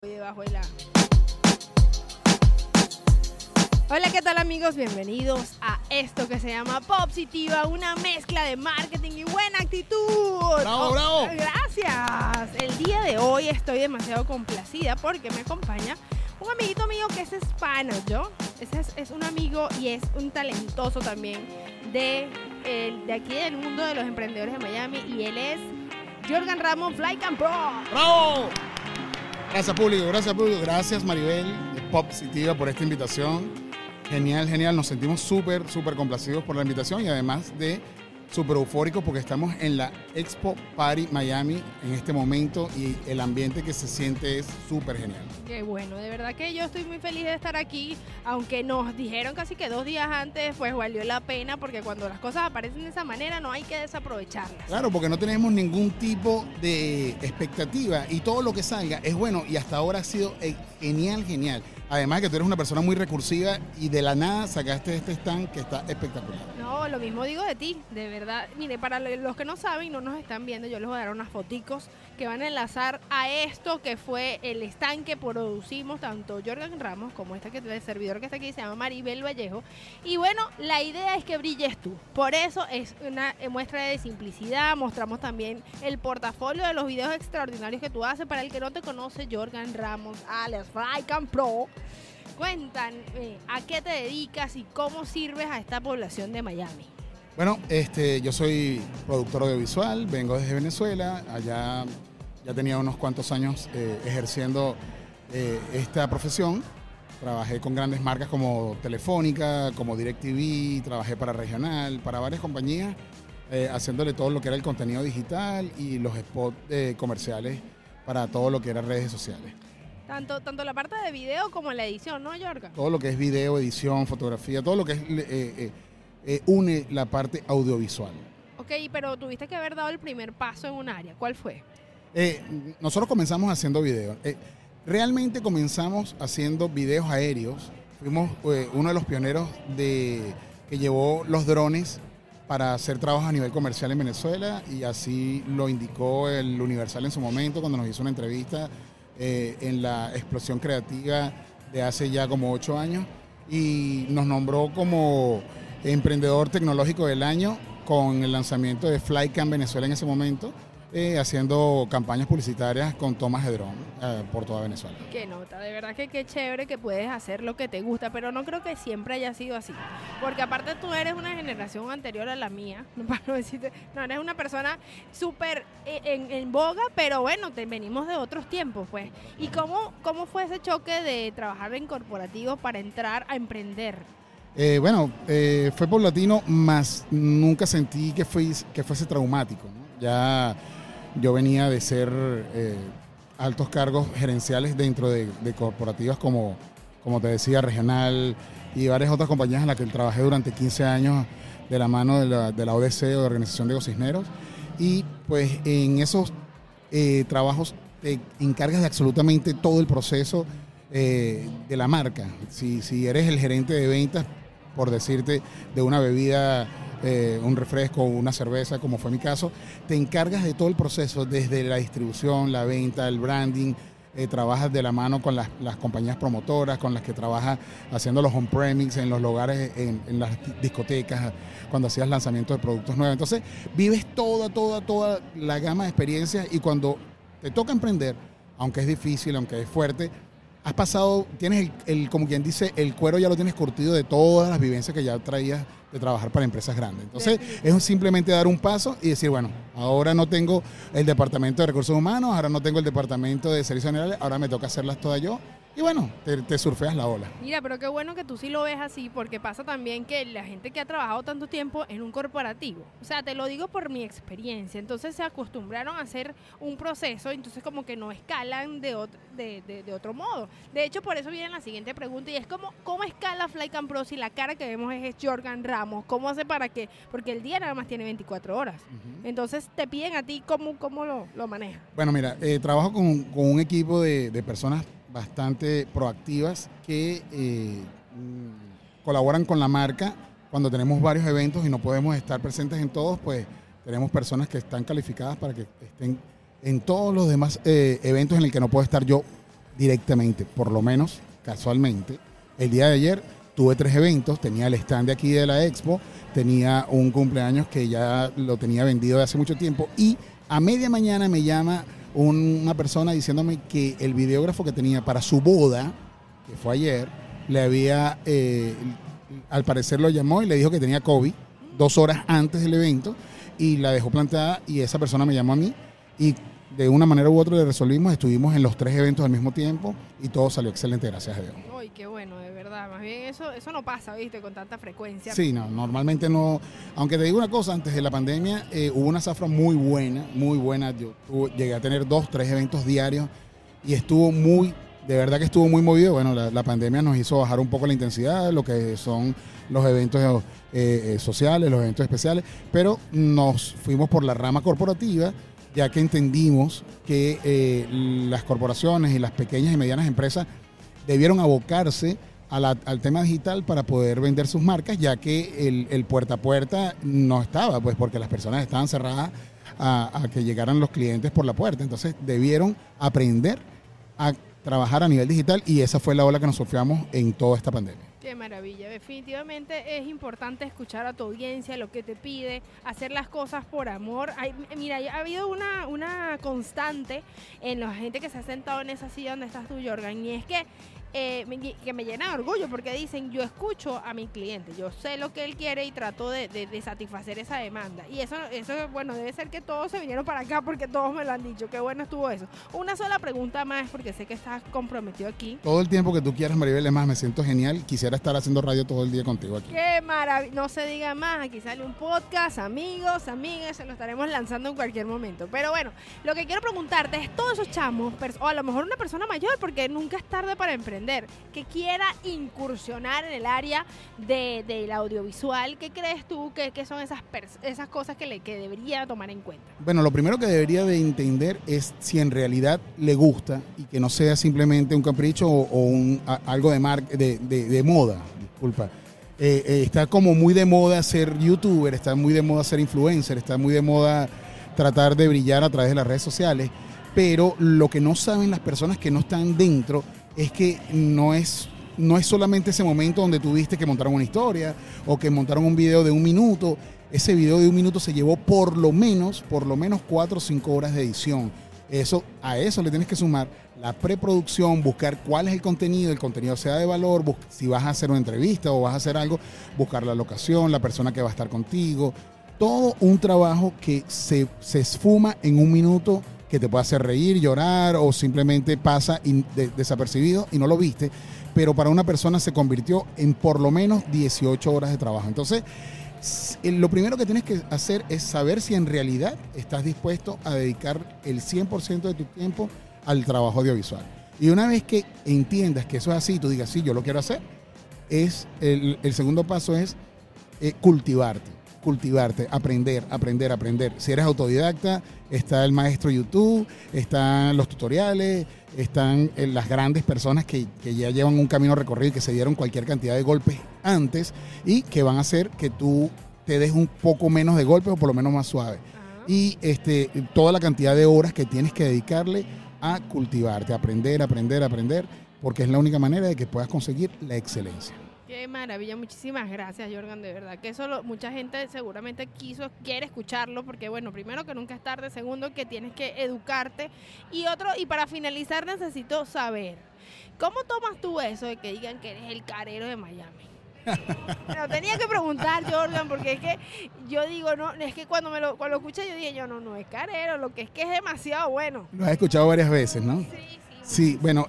Debajo de la... Hola, ¿qué tal amigos? Bienvenidos a esto que se llama Popsitiva, una mezcla de marketing y buena actitud. ¡Bravo, bravo! Gracias. El día de hoy estoy demasiado complacida porque me acompaña un amiguito mío que es hispano, ¿yo? Ese es un amigo y es un talentoso también de aquí del mundo de los emprendedores de Miami, y él es Jorgan Ramos, Flycam Pro. ¡Bravo! Gracias público, gracias Maribel de Popsitiva por esta invitación. Genial, genial, nos sentimos súper complacidos por la invitación y además de súper eufóricos porque estamos en la Expo Party Miami en este momento y el ambiente que se siente es súper genial. Qué bueno, de verdad que yo estoy muy feliz de estar aquí, aunque nos dijeron casi que 2 días antes, pues valió la pena porque cuando las cosas aparecen de esa manera no hay que desaprovecharlas. Claro, porque no tenemos ningún tipo de expectativa y todo lo que salga es bueno y hasta ahora ha sido genial. Además que tú eres una persona muy recursiva y de la nada sacaste este stand que está espectacular. No, lo mismo digo de ti, de verdad. Mire, para los que no saben y no nos están viendo, yo les voy a dar unas foticos que van a enlazar a esto que fue el stand que producimos tanto Jorgan Ramos como el servidor que está aquí, se llama Maribel Vallejo. Y bueno, la idea es que brilles tú. Por eso es una muestra de simplicidad. Mostramos también el portafolio de los videos extraordinarios que tú haces. Para el que no te conoce, Jorgan Ramos, alias Flycam Pro. Cuéntame, ¿a qué te dedicas y cómo sirves a esta población de Miami? Bueno, yo soy productor audiovisual, vengo desde Venezuela, allá ya tenía unos cuantos años ejerciendo esta profesión. Trabajé con grandes marcas como Telefónica, como DirecTV, trabajé para Regional, para varias compañías, haciéndole todo lo que era el contenido digital y los spots comerciales para todo lo que era redes sociales. Tanto la parte de video como la edición, ¿no, Jorgan? Todo lo que es video, edición, fotografía, todo lo que es une la parte audiovisual. Ok, pero tuviste que haber dado el primer paso en un área. ¿Cuál fue? Nosotros comenzamos haciendo videos. Realmente comenzamos haciendo videos aéreos. Fuimos uno de los pioneros que llevó los drones para hacer trabajos a nivel comercial en Venezuela, y así lo indicó el Universal en su momento cuando nos hizo una entrevista en la explosión creativa de hace ya como 8 años, y nos nombró como emprendedor tecnológico del año con el lanzamiento de Flycam Venezuela en ese momento, haciendo campañas publicitarias con tomas de dron por toda Venezuela. Qué nota, de verdad que qué chévere que puedes hacer lo que te gusta, pero no creo que siempre haya sido así, porque aparte tú eres una generación anterior a la mía, para no decirte, no eres una persona súper en boga, pero bueno, venimos de otros tiempos, pues. ¿Y cómo fue ese choque de trabajar en corporativo para entrar a emprender? Fue paulatino, más nunca sentí que fuese traumático, ¿no? Ya yo venía de ser altos cargos gerenciales dentro de corporativas como te decía, Regional y varias otras compañías en las que trabajé durante 15 años de la mano de la ODC, o de Organización de Ecosisneros, y pues en esos trabajos te encargas de absolutamente todo el proceso de la marca. Si eres el gerente de ventas, por decirte, de una bebida, un refresco o una cerveza, como fue mi caso, te encargas de todo el proceso, desde la distribución, la venta, el branding, trabajas de la mano con las compañías promotoras, con las que trabajas haciendo los on-premise en los lugares, en las discotecas, cuando hacías lanzamientos de productos nuevos. Entonces, vives toda la gama de experiencias, y cuando te toca emprender, aunque es difícil, aunque es fuerte, has pasado, tienes como quien dice, el cuero ya lo tienes curtido de todas las vivencias que ya traías de trabajar para empresas grandes. Entonces, es simplemente dar un paso y decir, bueno, ahora no tengo el departamento de recursos humanos, ahora no tengo el departamento de servicios generales, ahora me toca hacerlas todas yo. Y bueno, te surfeas la ola. Mira, pero qué bueno que tú sí lo ves así, porque pasa también que la gente que ha trabajado tanto tiempo en un corporativo, o sea, te lo digo por mi experiencia, entonces se acostumbraron a hacer un proceso, entonces como que no escalan de otro modo. De hecho, por eso viene la siguiente pregunta, y es ¿cómo escala Flycam Pro si la cara que vemos es Jorgan Ramos? ¿Cómo hace para que? Porque el día nada más tiene 24 horas. Entonces te piden a ti cómo lo manejas. Bueno, mira, trabajo con un equipo de personas bastante proactivas que colaboran con la marca. Cuando tenemos varios eventos y no podemos estar presentes en todos, pues tenemos personas que están calificadas para que estén en todos los demás eventos en el que no puedo estar yo directamente, por lo menos casualmente. El día de ayer tuve 3 eventos, tenía el stand de aquí de la Expo, tenía un cumpleaños que ya lo tenía vendido de hace mucho tiempo y a media mañana me llama una persona diciéndome que el videógrafo que tenía para su boda, que fue ayer, le había, al parecer lo llamó y le dijo que tenía COVID 2 horas antes del evento y la dejó plantada y esa persona me llamó a mí y de una manera u otra le resolvimos, estuvimos en los 3 eventos al mismo tiempo y todo salió excelente, gracias a Dios. Uy, qué bueno, de verdad. Más bien eso no pasa, ¿viste? Con tanta frecuencia. Sí, no, normalmente no. Aunque te digo una cosa, antes de la pandemia hubo una zafra muy buena, muy buena. Yo llegué a tener 2, 3 eventos diarios y estuvo de verdad que estuvo muy movido. Bueno, la pandemia nos hizo bajar un poco la intensidad, lo que son los eventos sociales, los eventos especiales, pero nos fuimos por la rama corporativa, ya que entendimos que las corporaciones y las pequeñas y medianas empresas debieron abocarse al tema digital para poder vender sus marcas, ya que el puerta a puerta no estaba, pues porque las personas estaban cerradas a que llegaran los clientes por la puerta. Entonces debieron aprender a trabajar a nivel digital y esa fue la ola que nos surfeamos en toda esta pandemia. Qué maravilla, definitivamente es importante escuchar a tu audiencia, lo que te pide, hacer las cosas por amor. Mira, ha habido una constante en la gente que se ha sentado en esa silla donde estás tú, Jorgan, y es que me llena de orgullo porque dicen, yo escucho a mi cliente, yo sé lo que él quiere y trato de satisfacer esa demanda. Y eso, bueno, debe ser que todos se vinieron para acá porque todos me lo han dicho. Qué bueno estuvo eso. Una sola pregunta más porque sé que estás comprometido aquí. Todo el tiempo que tú quieras, Maribel, es más, me siento genial. Quisiera estar haciendo radio todo el día contigo aquí. Qué maravilla. No se diga más, aquí sale un podcast, amigos, amigas, se lo estaremos lanzando en cualquier momento. Pero bueno, lo que quiero preguntarte es todos esos chamos, o a lo mejor una persona mayor, porque nunca es tarde para emprender, que quiera incursionar en el área del audiovisual. ¿Qué crees tú que son esas cosas que debería tomar en cuenta? Bueno, lo primero que debería de entender es si en realidad le gusta y que no sea simplemente un capricho o algo de moda. Disculpa. Está como muy de moda ser youtuber, está muy de moda ser influencer, está muy de moda tratar de brillar a través de las redes sociales, pero lo que no saben las personas que no están dentro es que no es solamente ese momento donde tuviste que montaron una historia o que montaron un video de 1 minuto. Ese video de 1 minuto se llevó por lo menos 4 o 5 horas de edición. A eso le tienes que sumar la preproducción, buscar cuál es el contenido sea de valor, si vas a hacer una entrevista o vas a hacer algo, buscar la locación, la persona que va a estar contigo. Todo un trabajo que se esfuma en 1 minuto, que te puede hacer reír, llorar o simplemente pasa desapercibido y no lo viste, pero para una persona se convirtió en por lo menos 18 horas de trabajo. Entonces, lo primero que tienes que hacer es saber si en realidad estás dispuesto a dedicar el 100% de tu tiempo al trabajo audiovisual. Y una vez que entiendas que eso es así, tú digas, sí, yo lo quiero hacer, el segundo paso es cultivarte, aprender. Si eres autodidacta, está el maestro YouTube, están los tutoriales, están las grandes personas que ya llevan un camino recorrido y que se dieron cualquier cantidad de golpes antes y que van a hacer que tú te des un poco menos de golpes o por lo menos más suave. Y toda la cantidad de horas que tienes que dedicarle a cultivarte, aprender, porque es la única manera de que puedas conseguir la excelencia. Qué maravilla, muchísimas gracias, Jorgan, de verdad que eso mucha gente seguramente quiere escucharlo, porque bueno, primero que nunca es tarde, segundo que tienes que educarte y para finalizar necesito saber, ¿cómo tomas tú eso de que digan que eres el carero de Miami? Pero tenía que preguntar, Jorgan, porque es que yo digo, no, es que cuando lo escuché yo dije, no es carero, lo que es demasiado bueno. Lo has escuchado varias veces, ¿no? Sí, bueno,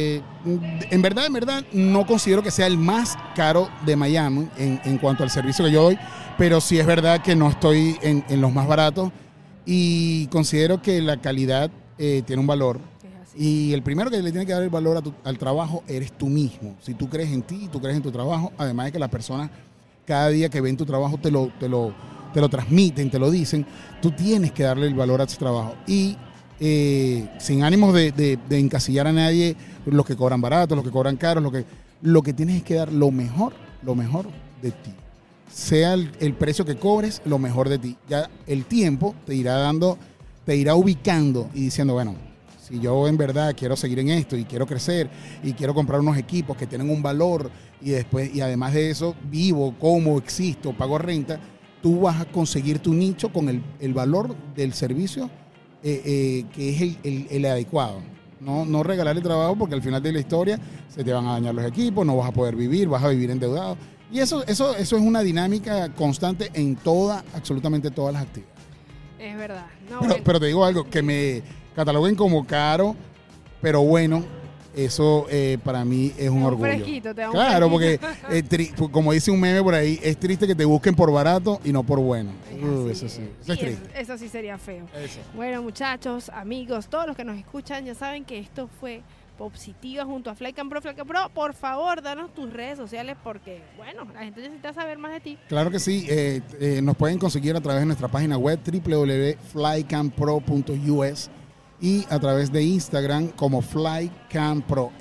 en verdad, no considero que sea el más caro de Miami en cuanto al servicio que yo doy, pero sí es verdad que no estoy en los más baratos y considero que la calidad tiene un valor. Y el primero que le tiene que dar el valor al trabajo eres tú mismo. Si tú crees en ti, tú crees en tu trabajo, además de que las personas cada día que ven tu trabajo te lo transmiten, te lo dicen, tú tienes que darle el valor a tu trabajo. Y sin ánimos de encasillar a nadie, los que cobran barato, los que cobran caros, lo que tienes es que dar lo mejor de ti. Sea el precio que cobres, lo mejor de ti. Ya el tiempo te irá ubicando y diciendo, bueno, Si yo en verdad quiero seguir en esto y quiero crecer y quiero comprar unos equipos que tienen un valor y además de eso vivo, como, existo, pago renta, tú vas a conseguir tu nicho con el valor del servicio que es el adecuado. No regalar el trabajo porque al final de la historia se te van a dañar los equipos, no vas a poder vivir, vas a vivir endeudado. Y eso es una dinámica constante en absolutamente todas las actividades. Es verdad. No, pero te digo algo, que me cataloguen como caro, pero bueno, eso para mí es un orgullo. Fresquito, te da un claro, fresquito. porque como dice un meme por ahí, es triste que te busquen por barato y no por bueno. Eso sí, eso es Sí, triste. eso sí sería feo. Eso. Bueno, muchachos, amigos, todos los que nos escuchan ya saben que esto fue Popsitiva junto a Flycam Pro. Flycam Pro, por favor, danos tus redes sociales porque, bueno, la gente necesita saber más de ti. Claro que sí, nos pueden conseguir a través de nuestra página web www.flycampro.us y a través de Instagram como FlyCamPro,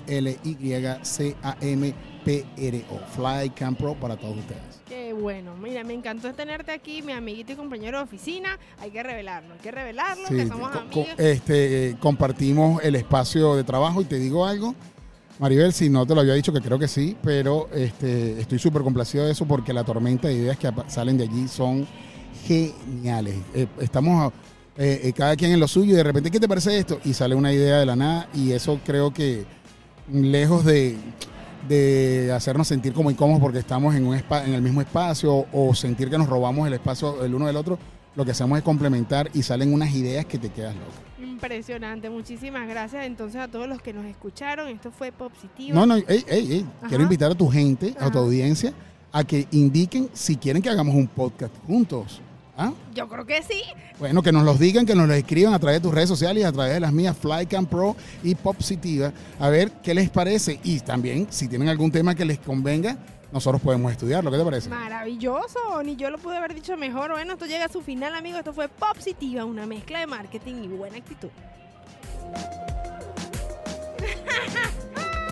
FlyCampro, FlyCamPro para todos ustedes. Qué bueno, mira, me encantó tenerte aquí, mi amiguito y compañero de oficina. Hay que revelarlo, Sí, que somos amigos. Compartimos el espacio de trabajo y te digo algo, Maribel, si no te lo había dicho, que creo que sí, pero estoy súper complacido de eso porque la tormenta de ideas que salen de allí son geniales. Estamos cada quien en lo suyo y de repente, ¿qué te parece esto? Y sale una idea de la nada y eso creo que lejos de hacernos sentir como incómodos porque estamos en el mismo espacio o sentir que nos robamos el espacio el uno del otro, lo que hacemos es complementar y salen unas ideas que te quedas loco. Impresionante, muchísimas gracias entonces a todos los que nos escucharon. Esto fue Popsitiva. No, quiero invitar a tu gente, a tu audiencia, a que indiquen si quieren que hagamos un podcast juntos. ¿Ah? Yo creo que sí. Bueno, que nos los digan, que nos los escriban a través de tus redes sociales y a través de las mías, Flycam Pro y Popsitiva, a ver qué les parece. Y también, si tienen algún tema que les convenga, nosotros podemos estudiarlo. ¿Qué te parece? Maravilloso, ni yo lo pude haber dicho mejor. Bueno, esto llega a su final, amigos. Esto fue Popsitiva, una mezcla de marketing y buena actitud.